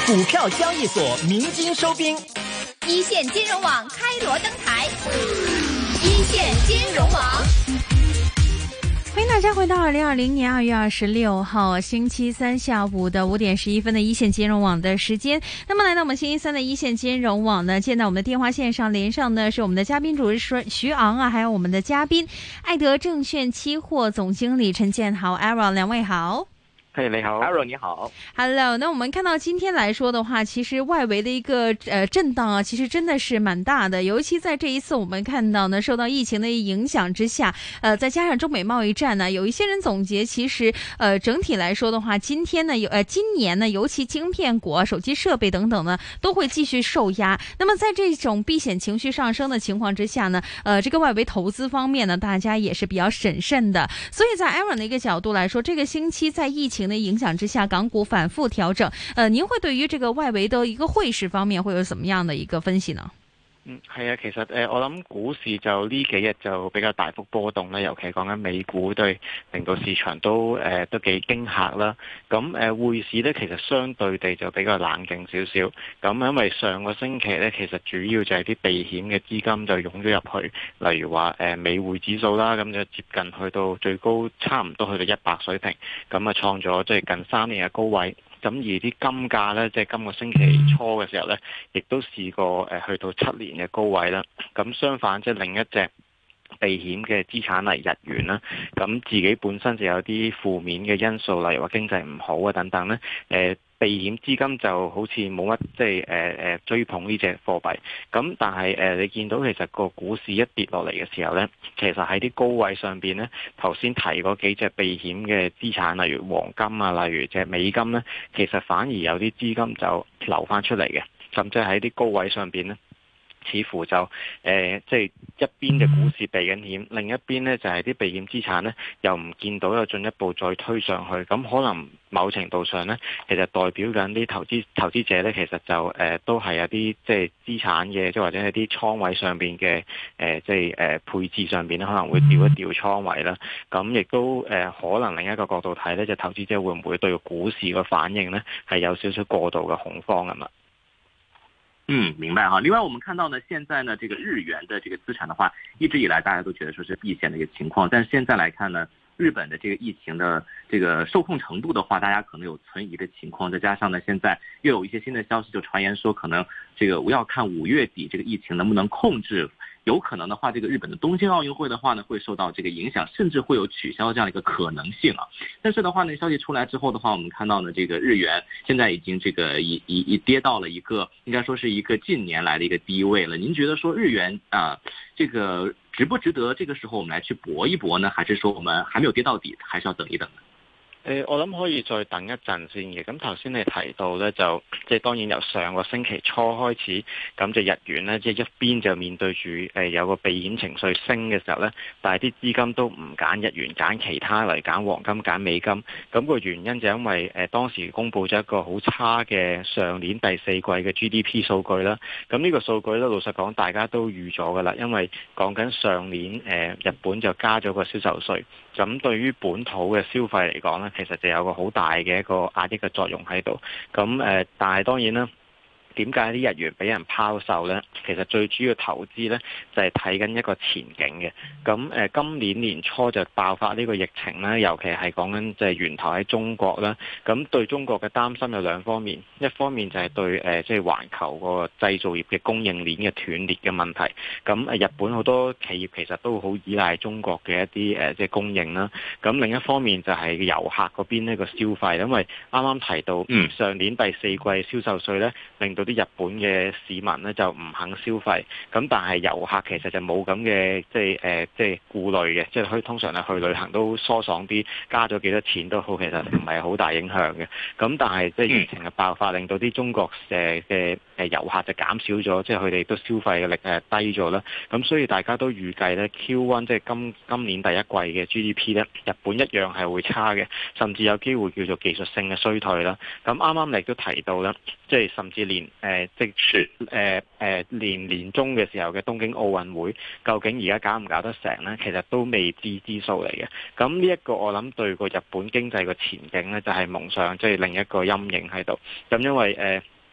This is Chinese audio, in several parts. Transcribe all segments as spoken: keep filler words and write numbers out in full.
股票交易所鸣金收兵， 一线金融网开锣登台，一线金融网。 欢迎大家回到二零二零年二月二十六号星期三下午的五点十一分的一线金融网的时间。那么来到我们星期三的一线金融网呢，现在我们的电话线上连上呢是我们的嘉宾主持人徐昂啊，还有我们的嘉宾爱德证券期货总经理陈建豪 Aaron， 两位好。 嘿、hey, 你好 Aaron 你好 Hello。 那我们看到今天来说的话，其实外围的一个呃震荡啊，其实真的是蛮大的，尤其在这一次我们看到呢，受到疫情的影响之下，呃再加上中美贸易战呢，有一些人总结，其实呃整体来说的话，今天呢有呃今年呢，尤其晶片股、手机设备等等呢，都会继续受压。那么在这种避险情绪上升的情况之下呢，呃这个外围投资方面呢，大家也是比较审慎的。所以在 Aaron 的一个角度来说，这个星期在疫情的影响之下，港股反复調整，呃，您會對於這個外圍的一個匯市方面會有什麼樣的一個分析呢？ 嗯，係啊，其實誒、呃，我諗股市就呢幾日就比較大幅波動啦，尤其講緊美股對令到市場都誒、呃、都幾驚嚇啦。咁誒匯市咧，其實相對地就比較冷靜少少。咁因為上個星期咧，其實主要就係啲避險嘅資金就湧咗入去，例如話誒、呃、美匯指數啦，咁就接近去到最高差唔多去到一百水平，咁啊創咗即係近三年嘅高位。咁而啲金價咧，即係今個星期初嘅時候咧，亦都試過誒去到七年嘅高位啦。咁相反，即係另一隻避險嘅資產例日元啦，咁自己本身就有啲負面嘅因素，例如話經濟唔好啊等等咧，誒、呃。避險資金就好似冇乜即係誒誒追捧呢隻貨幣，咁但係誒、呃、你見到其實個股市一跌落嚟嘅時候咧，其實喺啲高位上邊咧，頭先提嗰幾隻避險嘅資產，例如黃金啊，例如隻美金咧，其實反而有啲資金就流翻出嚟嘅，甚至喺啲高位上邊咧。似乎就誒，即、呃、係、就是、一邊嘅股市避緊險，另一邊呢就係、是、啲避險資產呢又唔見到有進一步再推上去，咁可能某程度上呢，其實代表緊啲投資投資者呢，其實就誒、呃、都係有啲即係資產嘅，即係或者係啲倉位上邊嘅誒，即係誒配置上邊咧可能會調一調倉位啦。咁亦都誒、呃、可能另一個角度睇呢，就投資者會唔會對股市個反應呢係有少少過度嘅恐慌咁嘛？ 嗯，明白哈。另外，我們看到呢，現在呢，這個日元的這個資產的話，一直以來大家都覺得說是避險的一個情況，但是現在來看呢，日本的這個疫情的這個受控程度的話，大家可能有存疑的情況，再加上呢，現在又有一些新的消息就傳言說，可能這個我要看五月底這個疫情能不能控制。有可能的話，這個日本的東京奧運會的話呢，會受到這個影響，甚至會有取消這樣一個可能性啊。但是的話呢，消息出來之後的話，我們看到呢，這個日元現在已經這個已已已跌到了一個應該說是一個近年來的一個低位了。您覺得說日元啊、呃，這個值不值得這個時候我們來去搏一搏呢？還是說我們還沒有跌到底，還是要等一等呢？ 誒，我諗可以再等一陣先嘅。咁頭先你提到咧，就即係當然由上個星期初開始，咁就日元咧，即係一邊就面對住誒有個避險情緒升嘅時候咧，但係啲資金都唔揀日元，揀其他嚟揀黃金、揀美金。咁個原因就因為誒當時公佈咗一個好差嘅上年第四季嘅 G D P 數據啦。咁呢個數據咧，老實講大家都預咗㗎啦，因為講緊上年誒日本就加咗個銷售稅，咁對於本土嘅消費嚟講咧，其實就有個好大嘅一個壓抑嘅作用喺度，咁誒、呃，但係當然啦。點解啲日元俾人拋售呢？其實最主要投資呢，就係睇緊一個前景嘅。咁誒，今年年初就爆發呢個疫情啦，尤其係講緊即係源頭喺中國啦。咁對中國嘅擔心有兩方面，一方面就係對誒即係環球個製造業嘅供應鏈嘅斷裂嘅問題。咁誒，日本好多企業其實都好依賴中國嘅一啲誒即係供應啦。咁另一方面就係遊客嗰邊呢個消費，因為啱啱提到上年第四季銷售稅呢，令到啲日本嘅市民咧就唔肯消費，咁但係遊客其實就冇咁嘅即係誒即係顧慮嘅，即係佢通常係去旅行都疏爽啲，加咗幾多錢都好，其實唔係好大影響嘅。咁但係即係疫情嘅爆發，令到啲中國誒嘅誒遊客就減少咗，即係佢哋都消費嘅力誒低咗啦。咁所以大家都預計咧 Q 一 即係今今年第一季嘅 G D P 咧，日本一樣係會差嘅，甚至有機會叫做技術性嘅衰退啦。咁啱啱你都提到啦，即係甚至連誒。呃即係誒誒年年中嘅時候嘅東京奧運會，究竟而家搞唔搞得成呢？其實都未知之數嚟嘅。咁呢一個我諗對個日本經濟個前景呢，就係蒙上即係另一個陰影喺度。咁因為誒。呃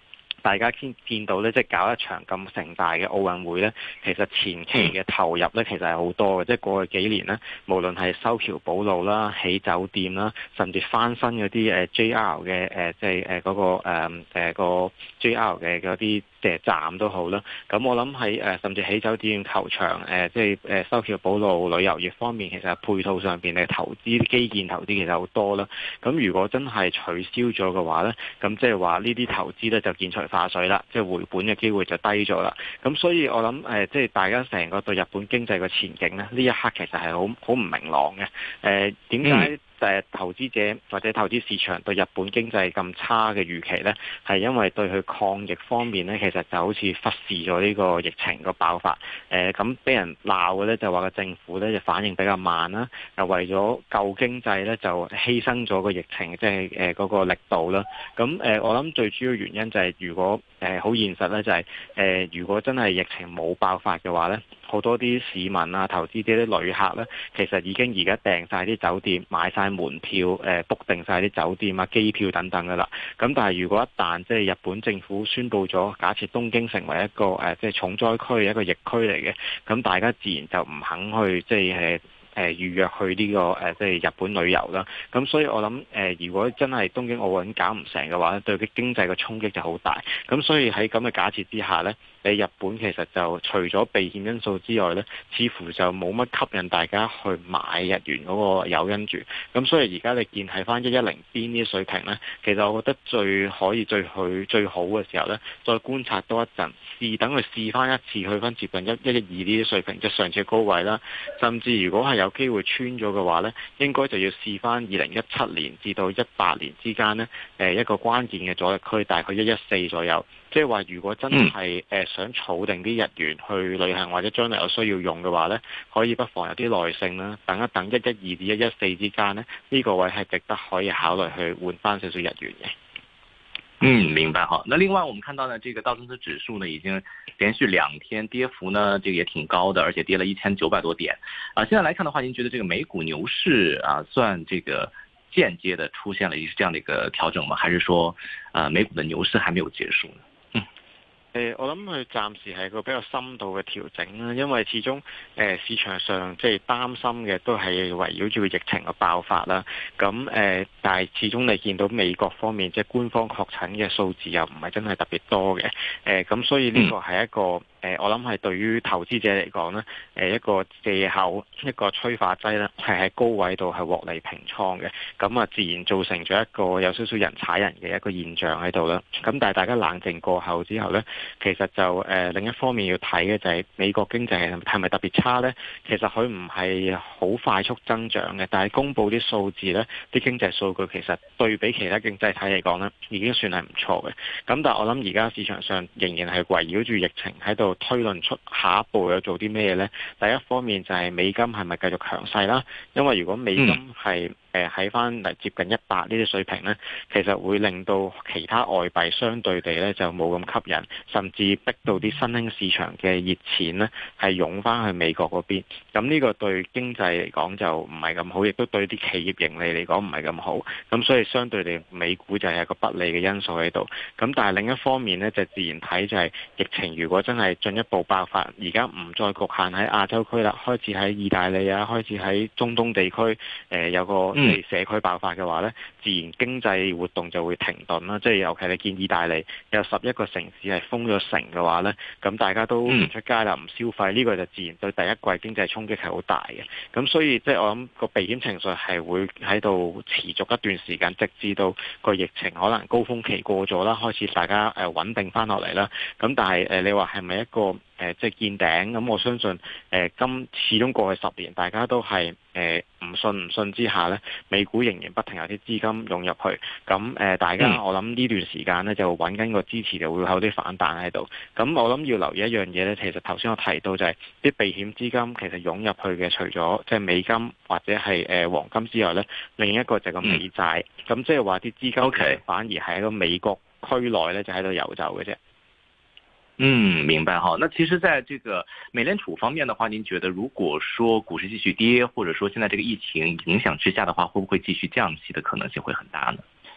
大家見見到咧，即係搞一場咁盛大嘅奧運會咧，其實前期嘅投入咧，其實係好多嘅，即係過去幾年咧，無論係修橋補路啦、起酒店啦，甚至翻新嗰啲誒 J R 嘅誒，即係誒嗰個誒誒、呃、個 J R 嘅嗰啲誒站都好啦。咁我諗喺誒甚至起酒店、球場誒，即係誒修橋補路、旅遊業方面，其實配套上邊嘅投資、基建投資其實好多啦。咁如果真係取消咗嘅話咧，咁即係話呢啲投資咧就見除化水啦，即係回本嘅機會就低咗啦。咁所以我諗誒，即係大家成個對日本經濟嘅前景咧，呢一刻其實係好好唔明朗嘅。誒點解誒投資者或者投資市場對日本經濟咁差嘅預期咧？係因為對佢抗疫方面咧，其實就好似忽視咗呢個疫情個爆發。誒咁俾人鬧嘅咧，就話個政府咧就反應比較慢啦，又為咗救經濟咧就犧牲咗個疫情即係誒嗰個力度啦。咁誒我諗最主要原因就係如果誒好現實咧，就係誒如果真係疫情冇爆發嘅話咧，好多啲市民啊、投資者啲旅客咧，其實已經而家訂晒啲酒店、買晒門票、誒 book 定晒啲酒店啊、機票等等噶啦。咁但係如果一旦即係日本政府宣布咗，假設東京成為一個誒即係重災區、一個疫區嚟嘅，咁大家自然就唔肯去即係誒。誒預約去呢、這個誒即係日本旅遊啦，咁所以我諗誒、呃，如果真係東京奧運搞唔成嘅話咧，對佢經濟嘅衝擊就好大。咁所以喺咁嘅假設之下呢，你日本其實就除咗避險因素之外呢，似乎就冇乜吸引大家去買日元嗰個誘因住。咁所以而家你見喺翻一一零邊呢啲水平呢，其實我覺得最可以最去最好嘅時候呢，再觀察多一陣，試等佢試翻一次去翻接近一一一二呢啲水平，即係上次嘅高位啦。甚至如果係有有機會穿咗嘅話呢，應該就要試翻二零一七年至到一八年之間呢，誒一個關鍵嘅阻力區，大概一一四左右。即係話，如果真係誒想儲定啲日元去旅行或者將來有需要用嘅話呢，可以不妨有啲耐性啦，等一等一一二至一一四之間呢，呢、這個位係值得可以考慮去換翻少少日元嘅。 嗯，明白哈。那另外我們看到呢，這個道瓊斯指數呢已經連續兩天跌幅呢，這個也挺高的，而且跌了一千九百多點。啊，現在來看的話，您覺得這個美股牛市啊，算這個間接的出現了一這樣的一個調整嗎？還是說，啊，美股的牛市還沒有結束呢？ 誒，我諗佢暫時係個比較深度嘅調整啦，因為始終誒市場上即係擔心嘅都係圍繞住個疫情嘅爆發啦。咁誒，但係始終你見到美國方面即係官方確診嘅數字又唔係真係特別多嘅。誒，咁所以呢個係一個誒，我諗係對於投資者嚟講咧，誒一個藉口，一個催化劑啦，係喺高位度係獲利平倉嘅。咁啊，自然造成咗一個有少少人踩人嘅一個現象喺度啦。咁但係大家冷靜過後之後咧，其實就誒、呃、另一方面要睇嘅就係美國經濟係係咪特別差呢？其實佢唔係好快速增長嘅，但係公布啲數字呢，啲經濟數據其實對比其他經濟體嚟講呢，已經算係唔錯嘅。咁但係我諗而家市場上仍然係圍繞住疫情喺度推論出下一步要做啲咩呢？第一方面就係美金係咪繼續強勢啦？因為如果美金係、嗯誒喺翻嚟接近一百呢啲水平呢，其實會令到其他外幣相對地呢就冇咁吸引，甚至逼到啲新興市場嘅熱錢呢係湧翻去美國嗰邊。咁呢個對經濟嚟講就唔係咁好，亦都對啲企業盈利嚟講唔係咁好。咁所以相對地，美股就係一個不利嘅因素喺度。咁但係另一方面呢，就自然睇就係疫情如果真係進一步爆發，而家唔再局限喺亞洲區啦，開始喺意大利啊，開始喺中東地區誒、呃、有個。係社區爆發嘅話呢，自然經濟活動就會停頓啦。即係尤其你見意大利有十一個城市係封咗城嘅話呢，咁大家都唔出街啦，唔消費，呢個就自然對第一季經濟衝擊係好大嘅。咁所以即係我諗個避險情緒係會喺度持續一段時間，直至到個疫情可能高峰期過咗啦，開始大家誒穩定翻落嚟啦。咁但係誒你話係咪一個誒即係見頂？咁我相信誒今始終過去十年大家都係誒唔信唔信之下呢，美股仍然不停有啲資金湧入去。咁誒大家我諗呢段時間呢，就揾緊個支持，就會有啲反彈喺度。咁我諗要留意一樣嘢呢，其實頭先我提到就係啲避險資金其實湧入去嘅，除咗即係美金或者係誒黃金之外呢，另一個就係個美債。咁即係話啲資金 Okay. 反而係喺個美國區內呢，就喺度遊走嘅啫。 嗯，明白哈。那其實在這個美聯儲方面的話，您覺得如果說股市繼續跌，或者說現在這個疫情影響之下的話，會不會繼續降息的可能性會很大呢？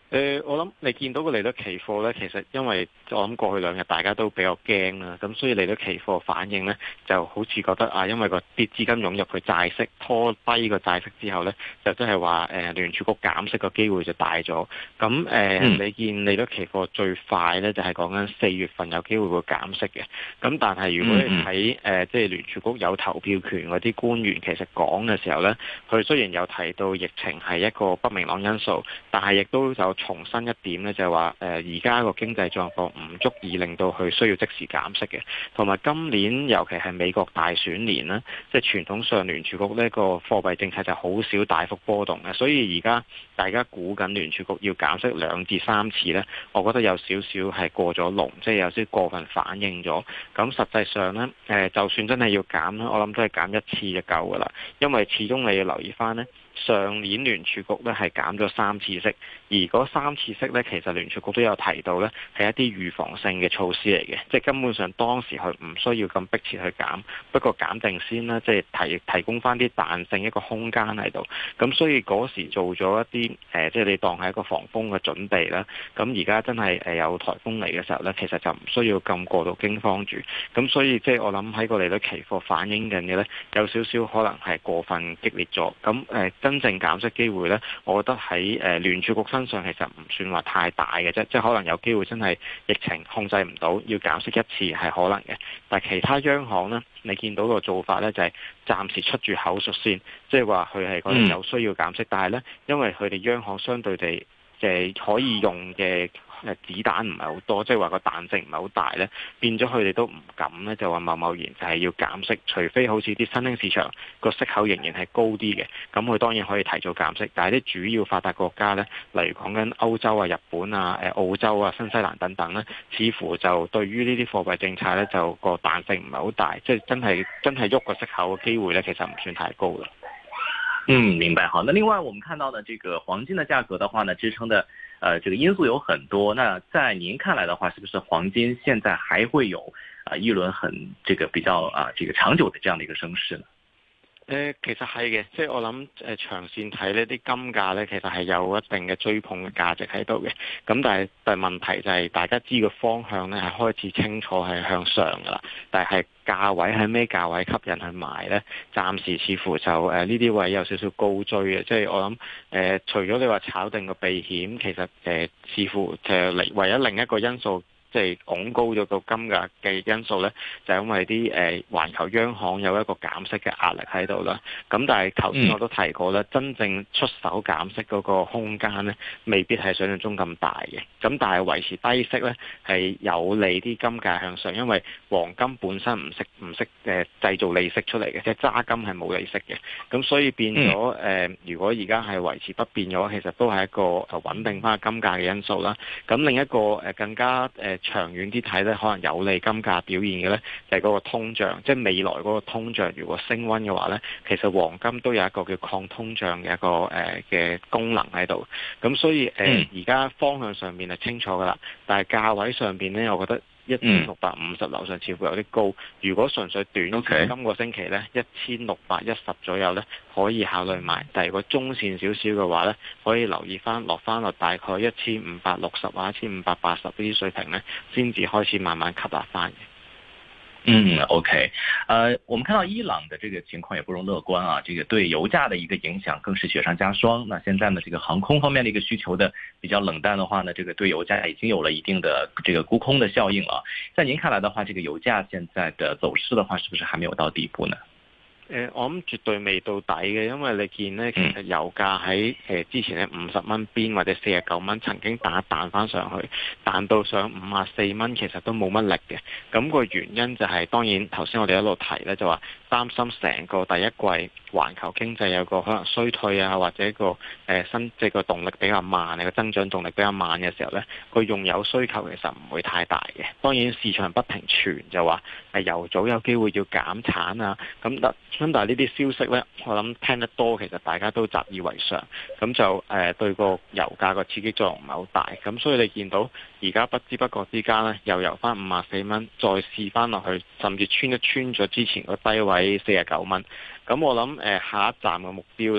誒、呃，我諗你見到個利率期貨咧，其實因為我諗過去兩日大家都比較驚啦，咁所以利率期貨反應咧就好似覺得啊，因為個啲資金湧入去債息拖低個債息之後咧，就即係話誒聯儲局減息個機會就大咗。咁誒，呃嗯、你見利率期貨最快咧就係講緊四月份有機會會減息嘅。咁但係如果你睇誒即係聯儲局有投票權嗰啲官員其實講嘅時候咧，佢雖然有提到疫情係一個不明朗因素，但係亦都有重申一點咧，就係話誒而家個經濟狀況唔足以令到佢需要即時減息嘅，同埋今年尤其係美國大選年啦，即係傳統上聯儲局呢個貨幣政策就好少大幅波動嘅，所以而家大家估緊聯儲局要減息兩至三次咧，我覺得有少少係過咗龍，即係有啲過分反應咗。咁實際上咧，誒就算真係要減咧，我諗都係減一次就夠噶啦，因為始終你要留意翻咧。上年聯儲局咧係減咗三次息，而嗰三次息咧其實聯儲局都有提到咧係一啲預防性嘅措施嚟嘅，即係根本上當時佢唔需要咁迫切去減，不過減定先啦，即係提提供翻啲彈性一個空間喺度。咁所以嗰時做咗一啲誒、呃，即係你當係一個防風嘅準備啦。咁而家真係誒有颱風嚟嘅時候咧，其實就唔需要咁過度驚慌住。咁所以即係我諗喺個利率期貨反映緊嘅咧，有少少可能係過分激烈咗。咁誒。呃真正減息機會呢，我覺得喺誒聯儲局身上其實唔算話太大嘅啫，即係可能有機會真係疫情控制唔到，要減息一次係可能嘅。但係其他央行呢，你見到個做法呢，就係暫時出住口術先，即係話佢係覺得有需要減息，嗯、但係呢，因為佢哋央行相對地誒可以用嘅。誒子彈唔係好多，即係話個彈性唔係好大咧，變咗佢哋都唔敢咧，就話貿貿然就係要減息，除非好似啲新興市場個息口仍然係高啲嘅，咁佢當然可以提早減息。但係啲主要發達國家咧，例如講緊歐洲啊、日本啊、誒澳洲啊、新西蘭等等咧，似乎就對於呢啲貨幣政策咧，就個彈性唔係好大，即係真係真係喐個息口嘅機會咧，其實唔算太高啦。 嗯，明白。好，那另外我們看到呢，這個黃金的價格的話呢，支撐的。呃，這個因素有很多。那在您看來的話，是不是黃金現在還會有啊、呃、一輪很這個比較啊、呃、這個長久的這樣的一個升勢呢？ 誒、呃，其實係嘅，即係我諗誒、呃、長線睇呢啲金價咧，其實係有一定嘅追捧嘅價值喺度嘅。咁但係但係問題就係大家知個方向咧係開始清楚係向上噶啦，但係價位喺咩價位吸引去買咧？暫時似乎就誒呢啲位有少少高追嘅，即係我諗誒、呃，除咗你話炒定個避險，其實誒、呃、似乎就係唯一另一個因素。即係拱高咗個金價嘅因素咧，就係、因為啲誒環球央行有一個減息嘅壓力喺度啦。咁但係頭先我都提過咧，真正出手減息嗰個空間咧，未必係想象中咁大嘅。咁但係維持低息咧，係有利啲金價向上，因為黃金本身唔識唔識誒製造利息出嚟嘅，即係揸金係冇利息嘅。咁所以變咗誒、呃，如果而家係維持不變嘅話，其實都係一個誒穩定翻金價嘅因素啦。咁另一個誒更加誒。呃長遠啲睇咧，可能有利金價表現嘅咧，就係嗰個通脹，即係未來嗰個通脹如果升溫嘅話咧，其實黃金都有一個叫抗通脹嘅一個誒嘅功能喺度。咁所以誒而家方向上面係清楚噶啦，但係價位上邊咧，我覺得一千六百五十樓上似乎有啲高。如果純粹短期今個星期咧，一千六百一十左右咧，可以考慮買。但係如果中線少少嘅話咧，可以留意翻落翻落大概一千五百六十或一千五百八十呢啲水平咧，先至開始慢慢吸納翻嘅。 嗯 ，OK， 呃，我們看到伊朗的這個情況也不容樂觀啊，這個對油價的一個影響更是雪上加霜。那現在呢，這個航空方面的一個需求的比較冷淡的話呢，這個對油價已經有了一定的這個沽空的效應了。在您看來的話，這個油價現在的走勢的話，是不是還沒有到底部呢？ 誒、呃，我諗絕對未到底嘅，因為你見呢，其實油價喺誒、呃、之前咧五十蚊邊或者四十九蚊曾經彈一彈翻上去，彈到上五十四蚊，其實都冇乜力嘅。咁、那個原因就係、是，當然頭先我哋一路提咧，就話擔心成個第一季環球經濟有個可能衰退啊，或者個誒、呃、新即係個動力比較慢，個增長動力比較慢嘅時候咧，個用油需求其實唔會太大嘅。當然市場不停傳就話係油組有機會要減產啊，咁得。咁但係呢啲消息呢，我諗聽得多，其實大家都習以為常，咁就誒、呃、對個油價個刺激作用唔係好大，咁所以你見到而家不知不覺之間呢，又由翻五十四蚊，再試翻落去，甚至穿一穿咗之前個低位四十九蚊，咁我諗誒、呃、下一站嘅目標呢，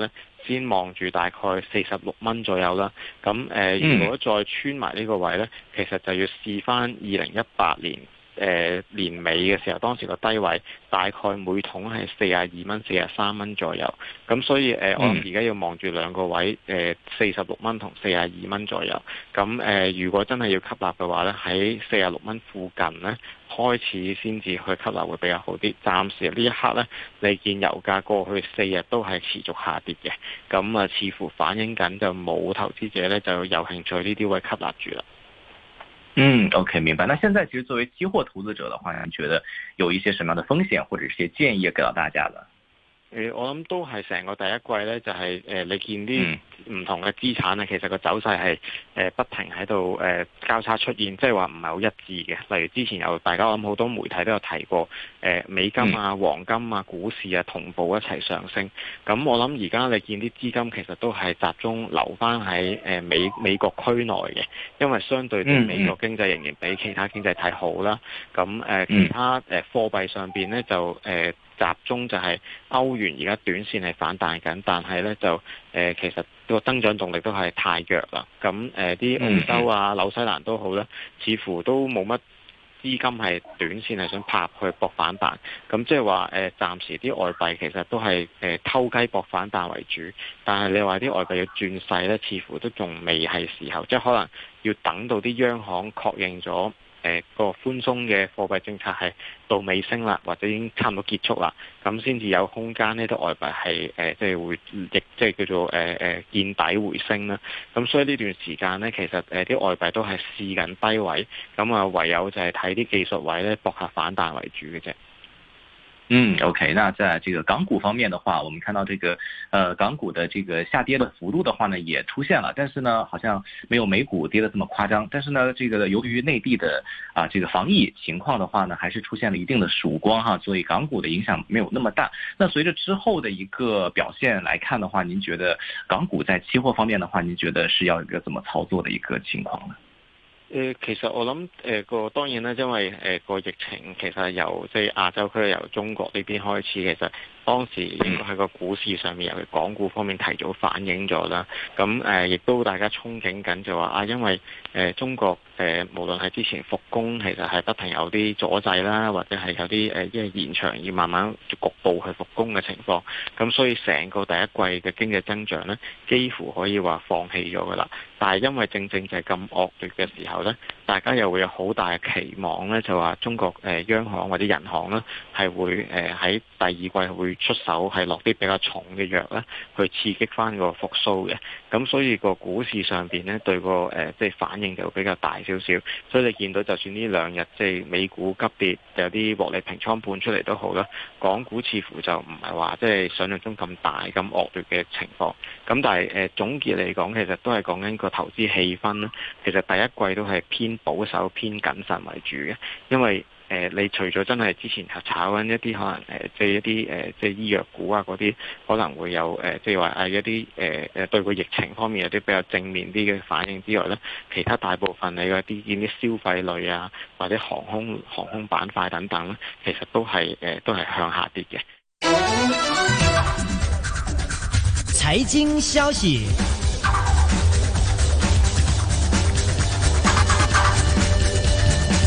先望住大概四十六蚊左右啦。咁誒、呃，如果再穿埋呢個位呢，其實就要試翻二零一八年。誒、呃、年尾嘅時候，當時個低位大概每桶係四十二蚊、四十三蚊左右。咁所以誒、呃，我諗而家要望住兩個位，誒四十六蚊同四十二蚊左右。咁誒、呃，如果真係要吸納嘅話咧，喺四十六蚊附近咧開始先至去吸納會比較好啲。暫時呢一刻咧，你見油價過去四日都係持續下跌嘅，咁啊似乎反映緊就冇投資者咧就有興趣呢啲位吸納住啦。 嗯 ，OK， 明白。那現在其實作為期貨投資者的話，你覺得有一些什麼樣的風險或者一些建議給到大家呢？ 誒、呃，我諗都係成個第一季咧，就係、是、誒、呃，你見啲唔同嘅資產咧，其實個走勢係誒、呃、不停喺度誒交叉出現，即係話唔係好一致嘅。例如之前有大家諗好多媒體都有提過，誒、呃、美金啊、黃金啊、股市啊同步一齊上升。咁我諗而家你見啲資金其實都係集中留翻喺誒美美國區內嘅，因為相對對美國經濟仍然比其他經濟體好啦。咁誒、呃、其他誒貨幣上邊咧就誒。呃集中就係歐元而家短線係反彈緊，但係咧就誒、呃、其實個增長動力都係太弱啦。咁誒啲澳洲啊、紐西蘭都好咧，似乎都冇乜資金係短線係想拍去搏反彈。咁即係話誒，暫時啲外幣其實都係誒、呃、偷雞搏反彈為主。但係你話啲外幣要轉勢咧，似乎都仲未係時候，即係可能要等到啲央行確認咗。誒、呃、個寬鬆嘅貨幣政策係到尾聲啦，或者已經差唔多結束啦，咁先至有空間呢啲外幣係誒即係會亦即係叫做誒誒、呃、見底回升啦。咁所以呢段時間呢，其實誒啲、呃、外幣都係試緊低位，咁啊唯有就係睇啲技術位咧搏下反彈為主嘅啫。 嗯 ，OK， 那在這個港股方面的話，我們看到這個，呃，港股的這個下跌的幅度的話呢，也出現了，但是呢，好像沒有美股跌得這麼誇張。但是呢，這個由於內地的啊這個防疫情況的話呢，還是出現了一定的曙光哈，所以港股的影響沒有那麼大。那隨着之後的一個表現來看的話，您覺得港股在期貨方面的話，您覺得是要一個怎麼操作的一個情況呢？ 誒、呃，其實我諗誒個當然啦，因為誒個、呃、疫情其實由即係亞洲區由中國呢邊開始，其實當時應該喺個股市上面，尤其港股方面提早反映咗啦。咁誒亦都大家憧憬緊就話啊，因為誒、呃、中國誒、呃、無論係之前復工，其實係不停有啲阻滯啦，或者係有啲誒因為延長要慢慢局部去復工嘅情況。咁所以成個第一季嘅經濟增長咧，幾乎可以話放棄咗噶啦。但係因為正正就係咁惡劣嘅時候咧，大家又會有好大嘅期望咧，就話中國誒、呃、央行或者人行咧係會誒喺、呃、第二季會出手係落啲比較重嘅藥咧，去刺激翻個復甦嘅。咁所以個股市上邊咧對個誒即係反應就比較大少少。所以你見到就算呢兩日即係美股急跌，有啲獲利平倉盤出嚟都好啦，港股似乎就唔係話即係想像中咁大咁惡劣嘅情況。咁但係誒、呃、總結嚟講，其實都係講緊個投資氣氛啦。其實第一季都係偏保守、偏謹慎為主嘅，因為誒、呃，你除咗真係之前炒緊一啲可能誒、呃，即係一啲誒、呃，即係醫藥股啊嗰啲，可能會有誒、呃，即係話誒一啲誒誒對個疫情方面有啲比較正面啲嘅反應之外咧，其他大部分你嗰啲見啲消費類啊，或者航空航空板塊等等咧，其實都係誒、呃、都係向下跌嘅。 財經消息。